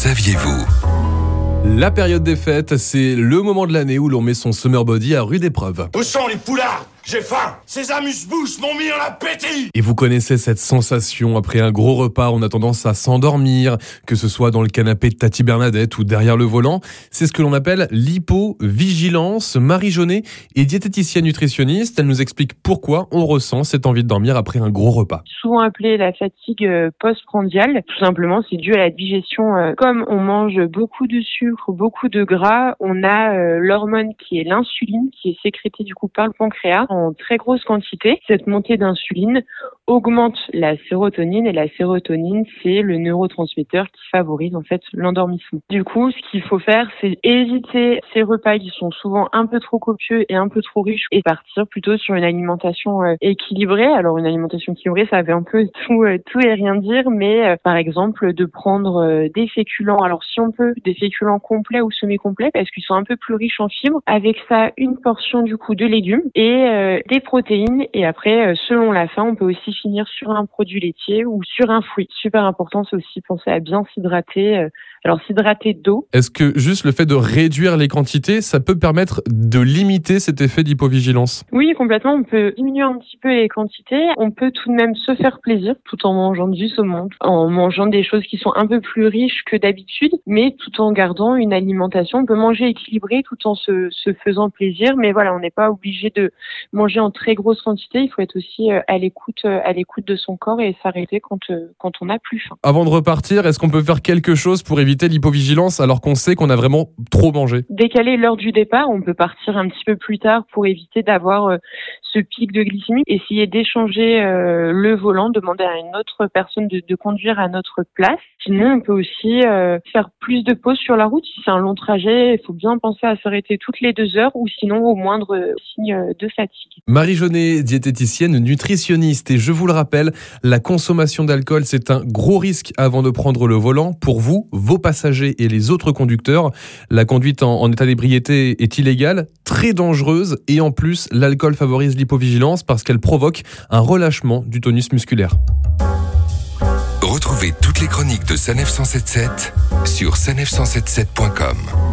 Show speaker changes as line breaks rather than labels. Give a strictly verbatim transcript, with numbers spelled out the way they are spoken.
saviez-vous ?
La période des fêtes, c'est le moment de l'année où l'on met son summer body à rude épreuve.
Où sont les poulards ? J'ai faim. Ces amuse-bouches m'ont mis en appétit.
Et vous connaissez cette sensation après un gros repas, on a tendance à s'endormir, que ce soit dans le canapé de Tati Bernadette ou derrière le volant. C'est ce que l'on appelle l'hypovigilance. Marie Jaunet est diététicienne nutritionniste. Elle nous explique pourquoi on ressent cette envie de dormir après un gros repas.
Souvent appelée la fatigue post-prandiale. Tout simplement, c'est dû à la digestion. Comme on mange beaucoup de sucre, beaucoup de gras, on a l'hormone qui est l'insuline, qui est sécrétée du coup par le pancréas en très grosse quantité. Cette montée d'insuline augmente la sérotonine et la sérotonine, c'est le neurotransmetteur qui favorise en fait l'endormissement. Du coup, ce qu'il faut faire, c'est éviter ces repas qui sont souvent un peu trop copieux et un peu trop riches et partir plutôt sur une alimentation euh, équilibrée. Alors une alimentation équilibrée, ça veut un peu tout, euh, tout et rien dire, mais euh, par exemple de prendre euh, des féculents. Alors si on peut, des féculents complets ou semi-complets parce qu'ils sont un peu plus riches en fibres. Avec ça, une portion du coup de légumes et euh, des protéines. Et après, euh, selon la faim, on peut aussi finir sur un produit laitier ou sur un fruit. Super important, c'est aussi penser à bien s'hydrater. Euh, alors s'hydrater d'eau.
Est-ce que juste le fait de réduire les quantités, ça peut permettre de limiter cet effet d'hypovigilance ?
Oui, complètement. On peut diminuer un petit peu les quantités. On peut tout de même se faire plaisir tout en mangeant du saumon, en mangeant des choses qui sont un peu plus riches que d'habitude, mais tout en gardant une alimentation. On peut manger équilibré tout en se, se faisant plaisir, mais voilà, on n'est pas obligé de manger en très grosse quantité. Il faut être aussi à l'écoute, à l'écoute de son corps et s'arrêter quand, quand on n'a plus faim.
Avant de repartir, est-ce qu'on peut faire quelque chose pour éviter l'hypovigilance alors qu'on sait qu'on a vraiment trop mangé ?
Décaler l'heure du départ, on peut partir un petit peu plus tard pour éviter d'avoir euh, ce pic de glycémie. Essayer d'échanger euh, le volant, demander à une autre personne de, de conduire à notre place. Sinon, on peut aussi euh, faire plus de pauses sur la route. Si c'est un long trajet, il faut bien penser à s'arrêter toutes les deux heures ou sinon au moindre signe de fatigue.
Marie Jaunet, diététicienne nutritionniste. Et je vous le rappelle, la consommation d'alcool, c'est un gros risque avant de prendre le volant pour vous, vos passagers et les autres conducteurs. La conduite en, en état d'ébriété est illégale, très dangereuse et en plus, l'alcool favorise l'hypovigilance parce qu'elle provoque un relâchement du tonus musculaire.
Retrouvez toutes les chroniques de Sanef cent soixante-dix-sept sur sanef cent soixante-dix-sept point com.